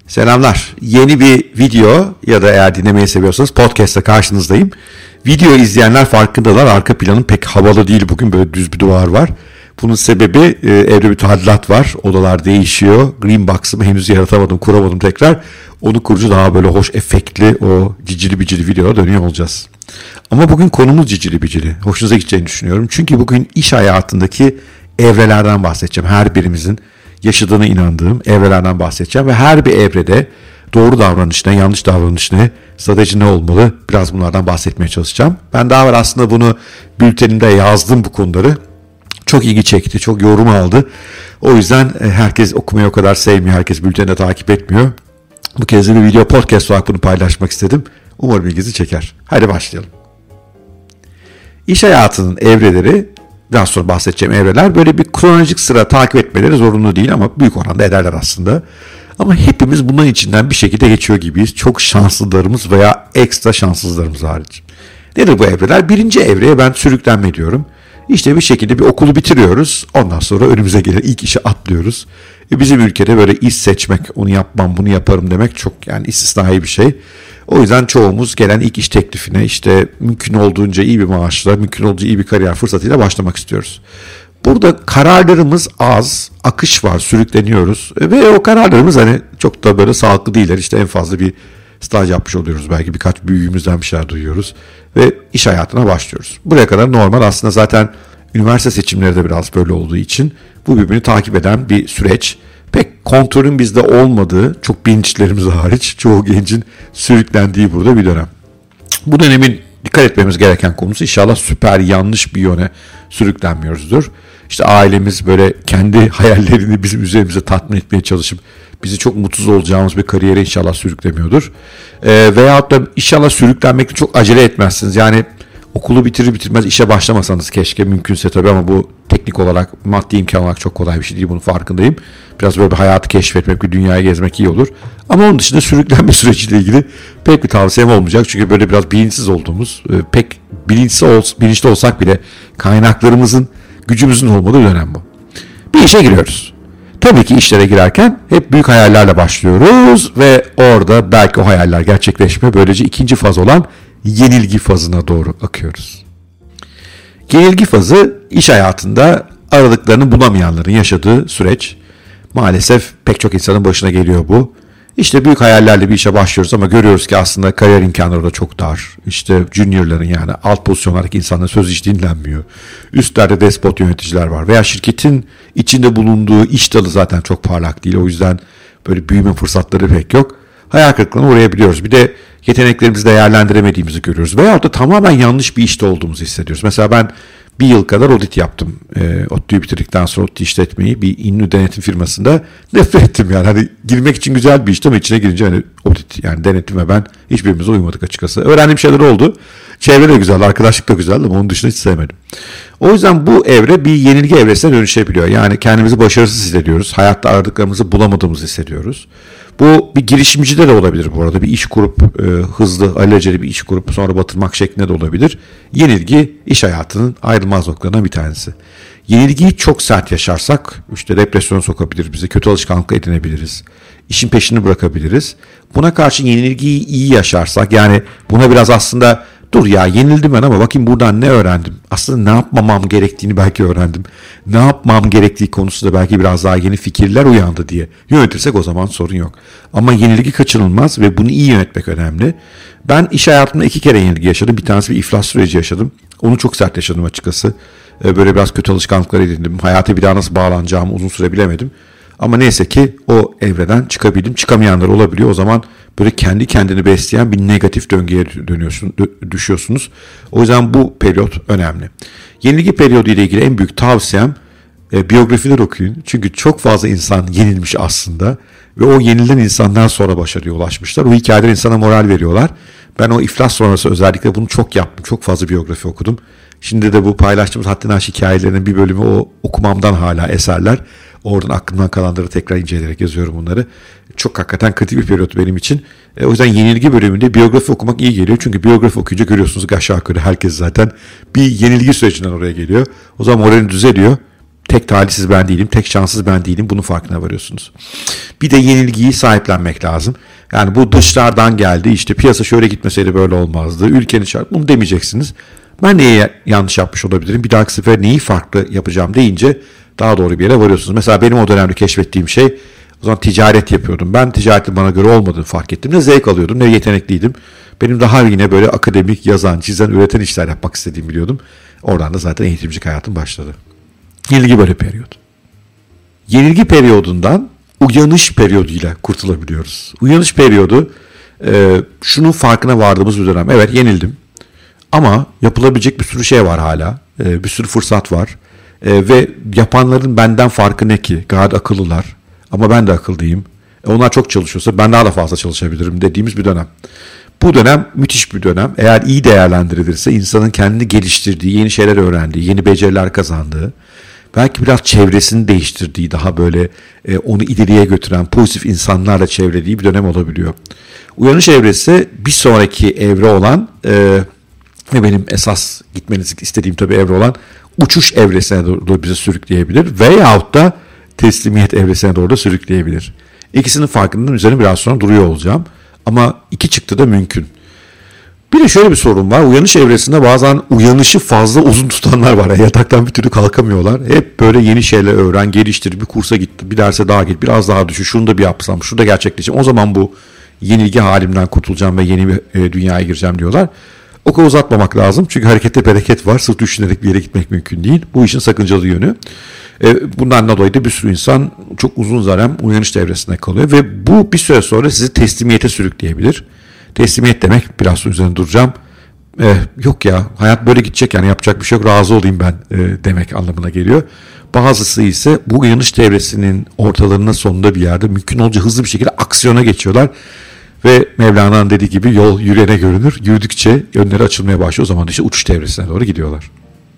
Selamlar. Yeni bir video ya da eğer dinlemeyi seviyorsanız podcast'ta karşınızdayım. Video izleyenler farkındalar. Arka planım pek havalı değil bugün. Böyle düz bir duvar var. Bunun sebebi evde bir tadilat var. Odalar değişiyor. Green Box'ımı henüz yaratamadım, kuramadım tekrar. Onu kurucu daha böyle hoş efektli o cicili bicili videoya dönüyor olacağız. Ama bugün konumuz cicili bicili. Hoşunuza gideceğini düşünüyorum. Çünkü bugün iş hayatındaki evrelerden bahsedeceğim. Her birimizin yaşadığına inandığım evrelerden bahsedeceğim. Ve her bir evrede doğru davranış ne, yanlış davranış ne, strateji ne olmalı, biraz bunlardan bahsetmeye çalışacağım. Ben daha evvel aslında bunu bültenimde yazdım bu konuları. Çok ilgi çekti, çok yorum aldı. O yüzden herkes okumayı o kadar sevmiyor, herkes bülteni de takip etmiyor. Bu kez de bir video podcast olarak bunu paylaşmak istedim. Umarım ilginizi çeker. Hadi başlayalım. İş hayatının evreleri, daha sonra bahsedeceğim evreler böyle bir kronolojik sıra takip etmeleri zorunlu değil ama büyük oranda ederler aslında. Ama hepimiz bunların içinden bir şekilde geçiyor gibiyiz. Çok şanslılarımız veya ekstra şanssızlarımız hariç. Nedir bu evreler? Birinci evreye ben sürüklenme diyorum. İşte bir şekilde bir okulu bitiriyoruz. Ondan sonra önümüze gelen ilk işe atlıyoruz. Bizim ülkede böyle iş seçmek, onu yapmam, bunu yaparım demek çok yani istisnai bir şey. O yüzden çoğumuz gelen ilk iş teklifine işte mümkün olduğunca iyi bir maaşla, mümkün olduğunca iyi bir kariyer fırsatıyla başlamak istiyoruz. Burada kararlarımız az, akış var, sürükleniyoruz ve o kararlarımız hani çok da böyle sağlıklı değiller. İşte en fazla bir staj yapmış oluyoruz, belki birkaç büyüğümüzden bir şeyler duyuyoruz ve iş hayatına başlıyoruz. Buraya kadar normal, aslında zaten üniversite seçimleri de biraz böyle olduğu için bu birbirini takip eden bir süreç. Pek kontrolün bizde olmadığı, çok bilinçlerimiz hariç çoğu gencin sürüklendiği burada bir dönem. Bu dönemin dikkat etmemiz gereken konusu inşallah süper yanlış bir yöne sürüklenmiyoruzdur. İşte ailemiz böyle kendi hayallerini bizim üzerimize tatmin etmeye çalışıp bizi çok mutsuz olacağımız bir kariyere inşallah sürüklemiyordur. Veyahut da inşallah sürüklenmekte çok acele etmezsiniz. Yani okulu bitirir bitirmez işe başlamasanız keşke, mümkünse tabii, ama bu teknik olarak, maddi imkan olarak çok kolay bir şey değil, bunun farkındayım. Biraz böyle bir hayatı keşfetmek, bir dünyaya gezmek iyi olur. Ama onun dışında sürüklenme süreciyle ilgili pek bir tavsiyem olmayacak. Çünkü böyle biraz bilinçsiz olduğumuz, pek bilinçli olsak bile kaynaklarımızın, gücümüzün olmadığı dönem bu. Bir işe giriyoruz. Tabii ki işlere girerken hep büyük hayallerle başlıyoruz ve orada belki o hayaller gerçekleşmiyor. Böylece ikinci faz olan yenilgi fazına doğru akıyoruz. Yenilgi fazı iş hayatında aradıklarını bulamayanların yaşadığı süreç. Maalesef pek çok insanın başına geliyor bu. İşte büyük hayallerle bir işe başlıyoruz ama görüyoruz ki aslında kariyer imkanları da çok dar. İşte juniorların, yani alt pozisyonlardaki insanların sözü hiç dinlenmiyor. Üstlerde despot yöneticiler var veya şirketin içinde bulunduğu iş dalı zaten çok parlak değil. O yüzden böyle büyüme fırsatları pek yok. Hayal kırıklığına uğrayabiliyoruz. Bir de yeteneklerimizi değerlendiremediğimizi görüyoruz. Veyahut da tamamen yanlış bir işte olduğumuzu hissediyoruz. Mesela ben bir yıl kadar audit yaptım. ODTÜ'yü bitirdikten sonra audit işletmeyi bir ünlü denetim firmasında nefret ettim yani. Hani girmek için güzel bir işti ama içine girince hani audit, yani denetim ve ben hiçbirimize uymadık açıkçası. Öğrendiğim şeyler oldu. Çevre de güzeldi, arkadaşlık da güzeldi ama onun dışında hiç sevmedim. O yüzden bu evre bir yenilgi evresine dönüşebiliyor. Yani kendimizi başarısız hissediyoruz. Hayatta aradıklarımızı bulamadığımızı hissediyoruz. Bu bir girişimcide de olabilir bu arada. Bir iş kurup hızlı, alelacele bir iş kurup sonra batırmak şeklinde de olabilir. Yenilgi iş hayatının ayrılmaz noktalarından bir tanesi. Yenilgiyi çok sert yaşarsak işte depresyona sokabilir bizi, kötü alışkanlık edinebiliriz. İşin peşini bırakabiliriz. Buna karşı yenilgiyi iyi yaşarsak, yani buna biraz aslında dur ya yenildim ben ama bakayım buradan ne öğrendim? Aslında ne yapmamam gerektiğini belki öğrendim. Ne yapmam gerektiği konusunda belki biraz daha yeni fikirler uyandı diye yönetirsek o zaman sorun yok. Ama yenilgi kaçınılmaz ve bunu iyi yönetmek önemli. Ben iş hayatımda 2 kere yenilgi yaşadım. Bir tanesi bir iflas süreci yaşadım. Onu çok sert yaşadım açıkçası. Böyle biraz kötü alışkanlıklar edindim. Hayata bir daha nasıl bağlanacağımı uzun süre bilemedim. Ama neyse ki o evreden çıkabildim. Çıkamayanlar olabiliyor. O zaman böyle kendi kendini besleyen bir negatif döngüye düşüyorsunuz. O yüzden bu periyot önemli. Yenilgi periyodu ile ilgili en büyük tavsiyem biyografiler okuyun. Çünkü çok fazla insan yenilmiş aslında. Ve o yenilen insanlar sonra başarıya ulaşmışlar. O hikayeler insana moral veriyorlar. Ben o iflas sonrası özellikle bunu çok yaptım. Çok fazla biyografi okudum. Şimdi de bu paylaştığımız Haddini Aş hikayelerinin bir bölümü o okumamdan hala eserler. Oradan aklımdan kalanları tekrar inceleyerek yazıyorum bunları. Çok hakikaten kritik bir periyot benim için. O yüzden yenilgi bölümünde biyografi okumak iyi geliyor. Çünkü biyografi okuyunca görüyorsunuz aşağı yukarı herkes zaten bir yenilgi sürecinden oraya geliyor. O zaman moralin düzeliyor. tek talihsiz ben değilim, tek şanssız ben değilim. Bunun farkına varıyorsunuz. Bir de yenilgiyi sahiplenmek lazım. Yani bu dışlardan geldi, işte piyasa şöyle gitmeseydi böyle olmazdı, ülkenin şartı, bunu demeyeceksiniz. Ben neyi yanlış yapmış olabilirim, bir dahaki sefer neyi farklı yapacağım deyince daha doğru bir yere varıyorsunuz. Mesela benim o dönemde keşfettiğim şey, o zaman ticaret yapıyordum. Ben ticaretin bana göre olmadığını fark ettim. Ne zevk alıyordum, ne yetenekliydim. Benim daha yine böyle akademik, yazan, çizen, üreten işler yapmak istediğimi biliyordum. Oradan da zaten eğitimcilik hayatım başladı. Yenilgi böyle periyod. Yenilgi periyodundan uyanış periyoduyla kurtulabiliyoruz. Uyanış periyodu şunun farkına vardığımız bir dönem. Evet, yenildim ama yapılabilecek bir sürü şey var hala. Bir sürü fırsat var. Ve yapanların benden farkı ne ki? Gayet akıllılar ama ben de akıllıyım. Onlar çok çalışıyorsa ben daha da fazla çalışabilirim dediğimiz bir dönem. Bu dönem müthiş bir dönem. Eğer iyi değerlendirilirse insanın kendini geliştirdiği, yeni şeyler öğrendiği, yeni beceriler kazandığı, belki biraz çevresini değiştirdiği, daha böyle onu ileriye götüren pozitif insanlarla çevrelediği bir dönem olabiliyor. Uyanış evresi bir sonraki evre olan ve benim esas gitmenizi istediğim tabii evre olan uçuş evresine doğru bizi sürükleyebilir veyahut da teslimiyet evresine doğru da sürükleyebilir. İkisinin farkının üzerine biraz sonra duruyor olacağım. Ama iki çıktı da mümkün. Bir de şöyle bir sorun var. Uyanış evresinde bazen uyanışı fazla uzun tutanlar var. Yani yataktan bir türlü kalkamıyorlar. Hep böyle yeni şeyler öğren, geliştir, bir kursa git, bir derse daha git, biraz daha düşün, şunu da bir yapsam, şunu da gerçekleşeceğim. O zaman bu yenilgi halimden kurtulacağım ve yeni bir dünyaya gireceğim diyorlar. O kadar uzatmamak lazım. Çünkü harekette bereket var. Sırf düşünerek bir yere gitmek mümkün değil. Bu işin sakıncalı yönü. Bundan dolayı da bir sürü insan çok uzun zaman uyanış devresinde kalıyor. Ve bu bir süre sonra sizi teslimiyete sürükleyebilir. Teslimiyet demek, biraz üzerine duracağım. Yok ya, hayat böyle gidecek, yani yapacak bir şey yok, razı olayım ben demek anlamına geliyor. Bazısı ise bu uyanış devresinin ortalarının sonunda bir yerde mümkün olunca hızlı bir şekilde aksiyona geçiyorlar. Ve Mevlana'nın dediği gibi yol yürüyene görünür. Yürüdükçe önleri açılmaya başlıyor. O zaman işte uçuş devresine doğru gidiyorlar.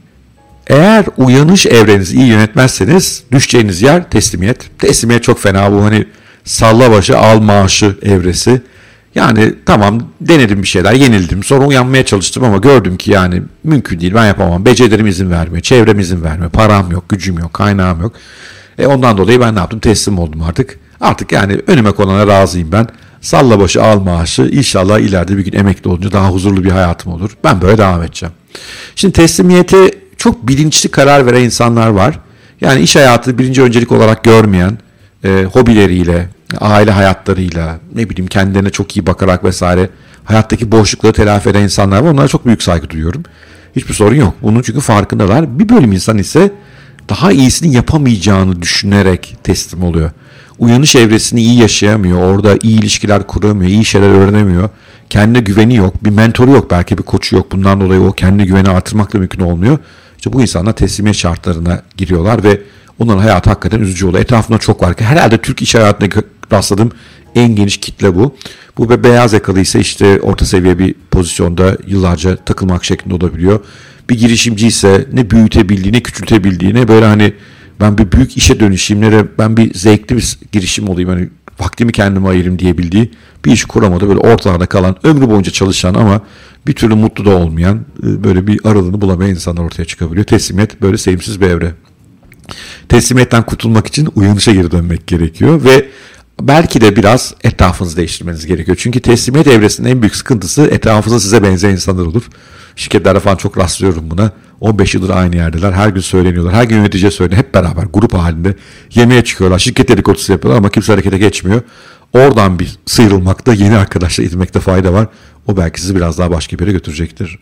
Eğer uyanış evrenizi iyi yönetmezseniz düşeceğiniz yer teslimiyet. Teslimiyet çok fena, bu hani salla başı al maaşı evresi. Yani tamam, denedim bir şeyler, yenildim, sonra uyanmaya çalıştım ama gördüm ki yani mümkün değil, ben yapamam. Becerilerim izin vermiyor, çevrem izin vermiyor, param yok, gücüm yok, kaynağım yok. Ondan dolayı ben ne yaptım? Teslim oldum artık. Artık yani önüme konana razıyım ben. Salla başı al maaşı, İnşallah ileride bir gün emekli olunca daha huzurlu bir hayatım olur. Ben böyle devam edeceğim. Şimdi teslimiyete çok bilinçli karar veren insanlar var. Yani iş hayatı birinci öncelik olarak görmeyen, hobileriyle, aile hayatlarıyla, ne bileyim kendilerine çok iyi bakarak vesaire hayattaki boşlukları telafi eden insanlar var. Onlara çok büyük saygı duyuyorum. Hiçbir sorun yok. Bunun çünkü farkındalar. Bir bölüm insan ise daha iyisini yapamayacağını düşünerek teslim oluyor. Uyanış evresini iyi yaşayamıyor. Orada iyi ilişkiler kuramıyor, iyi şeyler öğrenemiyor. Kendine güveni yok, bir mentoru yok, belki bir koçu yok. Bundan dolayı o kendine güveni artırmak da mümkün olmuyor. İşte bu insanlar teslimiyet şartlarına giriyorlar ve onların hayatı hakikaten üzücü oluyor. Etrafında çok var. Herhalde Türk iş hayatında rastladığım en geniş kitle bu. Bu beyaz yakalı ise işte orta seviye bir pozisyonda yıllarca takılmak şeklinde olabiliyor. Bir girişimci ise ne büyütebildiği, ne küçültebildiği, ne böyle hani ben bir büyük işe dönüşeyim, ne de ben bir zevkli bir girişim olayım, hani vaktimi kendime ayırayım diyebildiği bir iş kuramadı. Böyle ortalarda kalan, ömrü boyunca çalışan ama bir türlü mutlu da olmayan, böyle bir aralığını bulamayan insanlar ortaya çıkabiliyor. Teslimiyet böyle sevimsiz bir evre. Teslimiyetten kurtulmak için uyanışa geri dönmek gerekiyor ve belki de biraz etrafınızı değiştirmeniz gerekiyor. Çünkü teslimiyet evresinin en büyük sıkıntısı etrafınızda size benzeyen insanlar olur. Şirketlerde falan çok rastlıyorum buna. 15 yıldır aynı yerdeler. Her gün söyleniyorlar. Her gün yöneticiye söyleniyor. Hep beraber grup halinde yemeğe çıkıyorlar. Şirket dedikodusu yapıyorlar ama kimse harekete geçmiyor. Oradan bir sıyrılmakta, yeni arkadaşlar edinmekte fayda var. O belki sizi biraz daha başka bir yere götürecektir.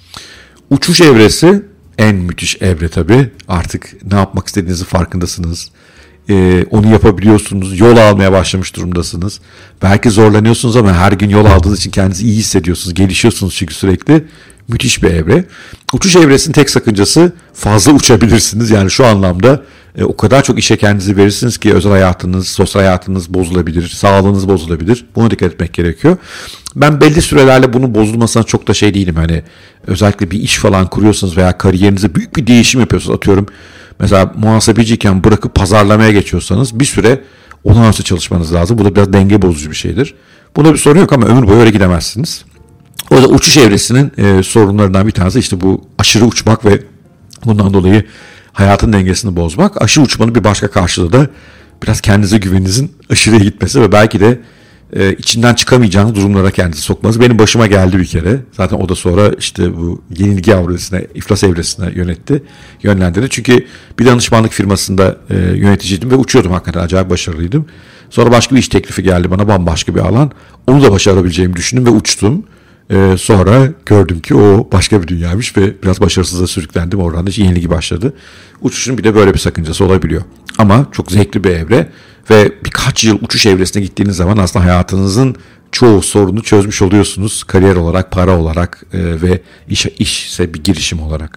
Uçuş evresi en müthiş evre tabii. Artık ne yapmak istediğinizin farkındasınız. Onu yapabiliyorsunuz. Yol almaya başlamış durumdasınız. Belki zorlanıyorsunuz ama her gün yol aldığınız için kendinizi iyi hissediyorsunuz. Gelişiyorsunuz çünkü sürekli. Müthiş bir evre. Uçuş evresinin tek sakıncası fazla uçabilirsiniz. Yani şu anlamda o kadar çok işe kendinizi verirsiniz ki özel hayatınız, sosyal hayatınız bozulabilir, sağlığınız bozulabilir. Buna dikkat etmek gerekiyor. Ben belli sürelerle bunun bozulmasına çok da şey değilim. Hani özellikle bir iş falan kuruyorsunuz veya kariyerinizde büyük bir değişim yapıyorsunuz. Atıyorum mesela muhasebeciyken bırakıp pazarlamaya geçiyorsanız bir süre olağanüstü çalışmanız lazım. Bu da biraz denge bozucu bir şeydir. Bunda bir sorun yok ama ömür boyu öyle gidemezsiniz. O da uçuş evresinin sorunlarından bir tanesi işte bu aşırı uçmak ve bundan dolayı hayatın dengesini bozmak. Aşırı uçmanın bir başka karşılığı da biraz kendinize güveninizin aşırıya gitmesi ve belki de içinden çıkamayacağınız durumlara kendinizi sokmanız. Benim başıma geldi bir kere. Zaten o da sonra işte bu yenilgi evresine, iflas evresine yönlendirdi. Çünkü bir danışmanlık firmasında yöneticiydim ve uçuyordum, hakikaten acayip başarılıydım. Sonra başka bir iş teklifi geldi bana, bambaşka bir alan. Onu da başarabileceğimi düşündüm ve uçtum. Sonra gördüm ki o başka bir dünyaymış ve biraz başarısızlığa sürüklendim. Oradan da yenilgi başladı. Uçuşun bir de böyle bir sakıncası olabiliyor. Ama çok zevkli bir evre ve birkaç yıl uçuş evresine gittiğiniz zaman aslında hayatınızın çoğu sorunu çözmüş oluyorsunuz. Kariyer olarak, para olarak ve işse bir girişim olarak.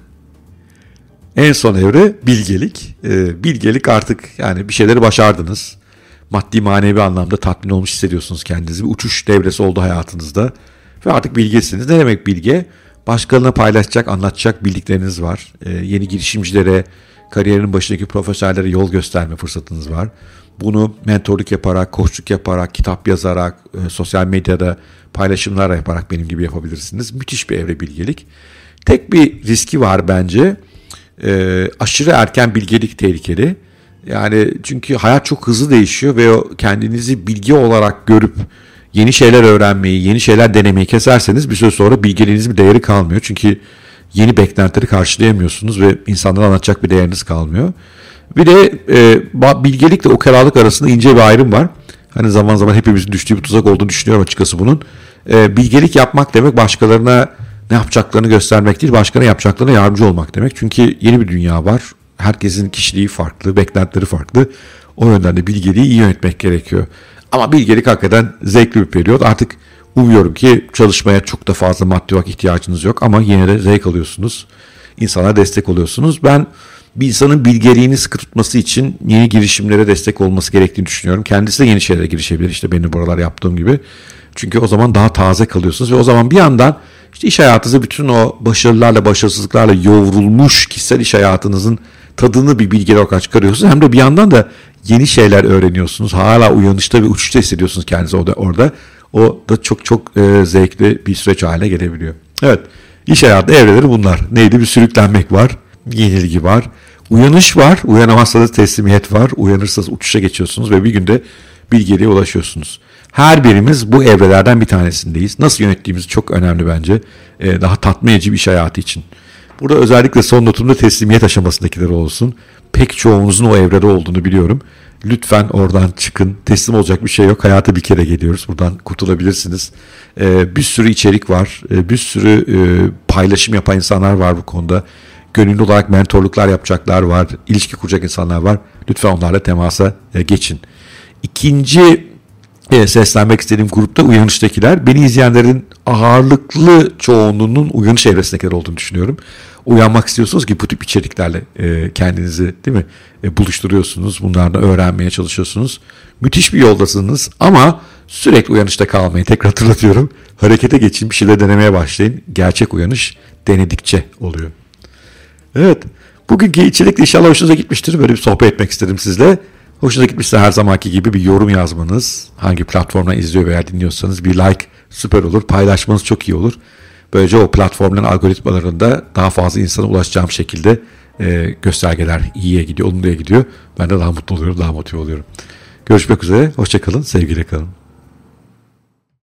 En son evre bilgelik. Bilgelik artık, yani bir şeyleri başardınız. Maddi manevi anlamda tatmin olmuş hissediyorsunuz kendinizi. Bir uçuş devresi oldu hayatınızda. Ve artık bilgesiniz. Ne demek bilge? Başkalarına paylaşacak, anlatacak bildikleriniz var. Yeni girişimcilere, kariyerin başındaki profesyonellere yol gösterme fırsatınız var. Bunu mentorluk yaparak, koçluk yaparak, kitap yazarak, sosyal medyada paylaşımlar yaparak benim gibi yapabilirsiniz. Müthiş bir evre bilgelik. Tek bir riski var bence. Aşırı erken bilgelik tehlikeli. Yani çünkü hayat çok hızlı değişiyor ve kendinizi bilgi olarak görüp yeni şeyler öğrenmeyi, yeni şeyler denemeyi keserseniz bir süre sonra bilgeliğinizin bir değeri kalmıyor. Çünkü yeni beklentileri karşılayamıyorsunuz ve insanlara anlatacak bir değeriniz kalmıyor. Bir de bilgelikle ukalalık arasında ince bir ayrım var. Hani zaman zaman hepimizin düştüğü bir tuzak olduğunu düşünüyorum açıkçası bunun. Bilgelik yapmak demek başkalarına ne yapacaklarını göstermek değil, başkalarına yapacaklarına yardımcı olmak demek. Çünkü yeni bir dünya var. Herkesin kişiliği farklı, beklentileri farklı. O yönden de bilgeliği iyi yönetmek gerekiyor. Ama bilgelik hakikaten zevkli bir periyot. Artık umuyorum ki çalışmaya çok da fazla maddi olarak ihtiyacınız yok ama yine de zevk alıyorsunuz. İnsanlara destek oluyorsunuz. Ben bir insanın bilgeliğini sıkı tutması için yeni girişimlere destek olması gerektiğini düşünüyorum. Kendisi de yeni şeylere girişebilir, işte benim buralar yaptığım gibi. Çünkü o zaman daha taze kalıyorsunuz ve o zaman bir yandan işte iş hayatınızı bütün o başarılarla, başarısızlıklarla yoğrulmuş kişisel iş hayatınızın tadını bir bilgi olarak çıkarıyorsunuz. Hem de bir yandan da yeni şeyler öğreniyorsunuz. Hala uyanışta ve uçuşta hissediyorsunuz kendinizi orada. O da çok çok zevkli bir süreç haline gelebiliyor. Evet, iş hayatı evreleri bunlar. Neydi? Bir sürüklenmek var, yenilgi var, uyanış var, uyanamazsanız teslimiyet var, uyanırsanız uçuşa geçiyorsunuz ve bir günde bilgeliğe ulaşıyorsunuz. Her birimiz bu evrelerden bir tanesindeyiz. Nasıl yönettiğimiz çok önemli bence. Daha tatmin edici bir iş hayatı için. Burada özellikle son notumda teslimiyet aşamasındakiler olsun. Pek çoğunuzun o evrede olduğunu biliyorum. Lütfen oradan çıkın. Teslim olacak bir şey yok. Hayata bir kere geliyoruz. Buradan kurtulabilirsiniz. Bir sürü içerik var. Bir sürü paylaşım yapan insanlar var bu konuda. Gönüllü olarak mentorluklar yapacaklar var. İlişki kuracak insanlar var. Lütfen onlarla temasa geçin. İkinci seslenmek istediğim grupta uyanıştakiler. Beni izleyenlerin ağırlıklı çoğunluğunun uyanış evresindekiler olduğunu düşünüyorum. Uyanmak istiyorsunuz ki bu tip içeriklerle kendinizi, değil mi, buluşturuyorsunuz. Bunlardan öğrenmeye çalışıyorsunuz. Müthiş bir yoldasınız ama sürekli uyanışta kalmayı tekrar hatırlatıyorum. Harekete geçin, bir şeyler denemeye başlayın. Gerçek uyanış denedikçe oluyor. Evet, bugünkü içerik de inşallah hoşunuza gitmiştir. Böyle bir sohbet etmek istedim sizle. Hoşunuza gitmişse her zamanki gibi bir yorum yazmanız, hangi platformdan izliyor veya dinliyorsanız bir like süper olur. Paylaşmanız çok iyi olur. Böylece o platformların algoritmalarında daha fazla insana ulaşacağım şekilde göstergeler iyiye gidiyor, olumluya gidiyor. Ben de daha mutlu oluyorum, daha motive oluyorum. Görüşmek üzere, hoşça kalın, sevgiyle kalın.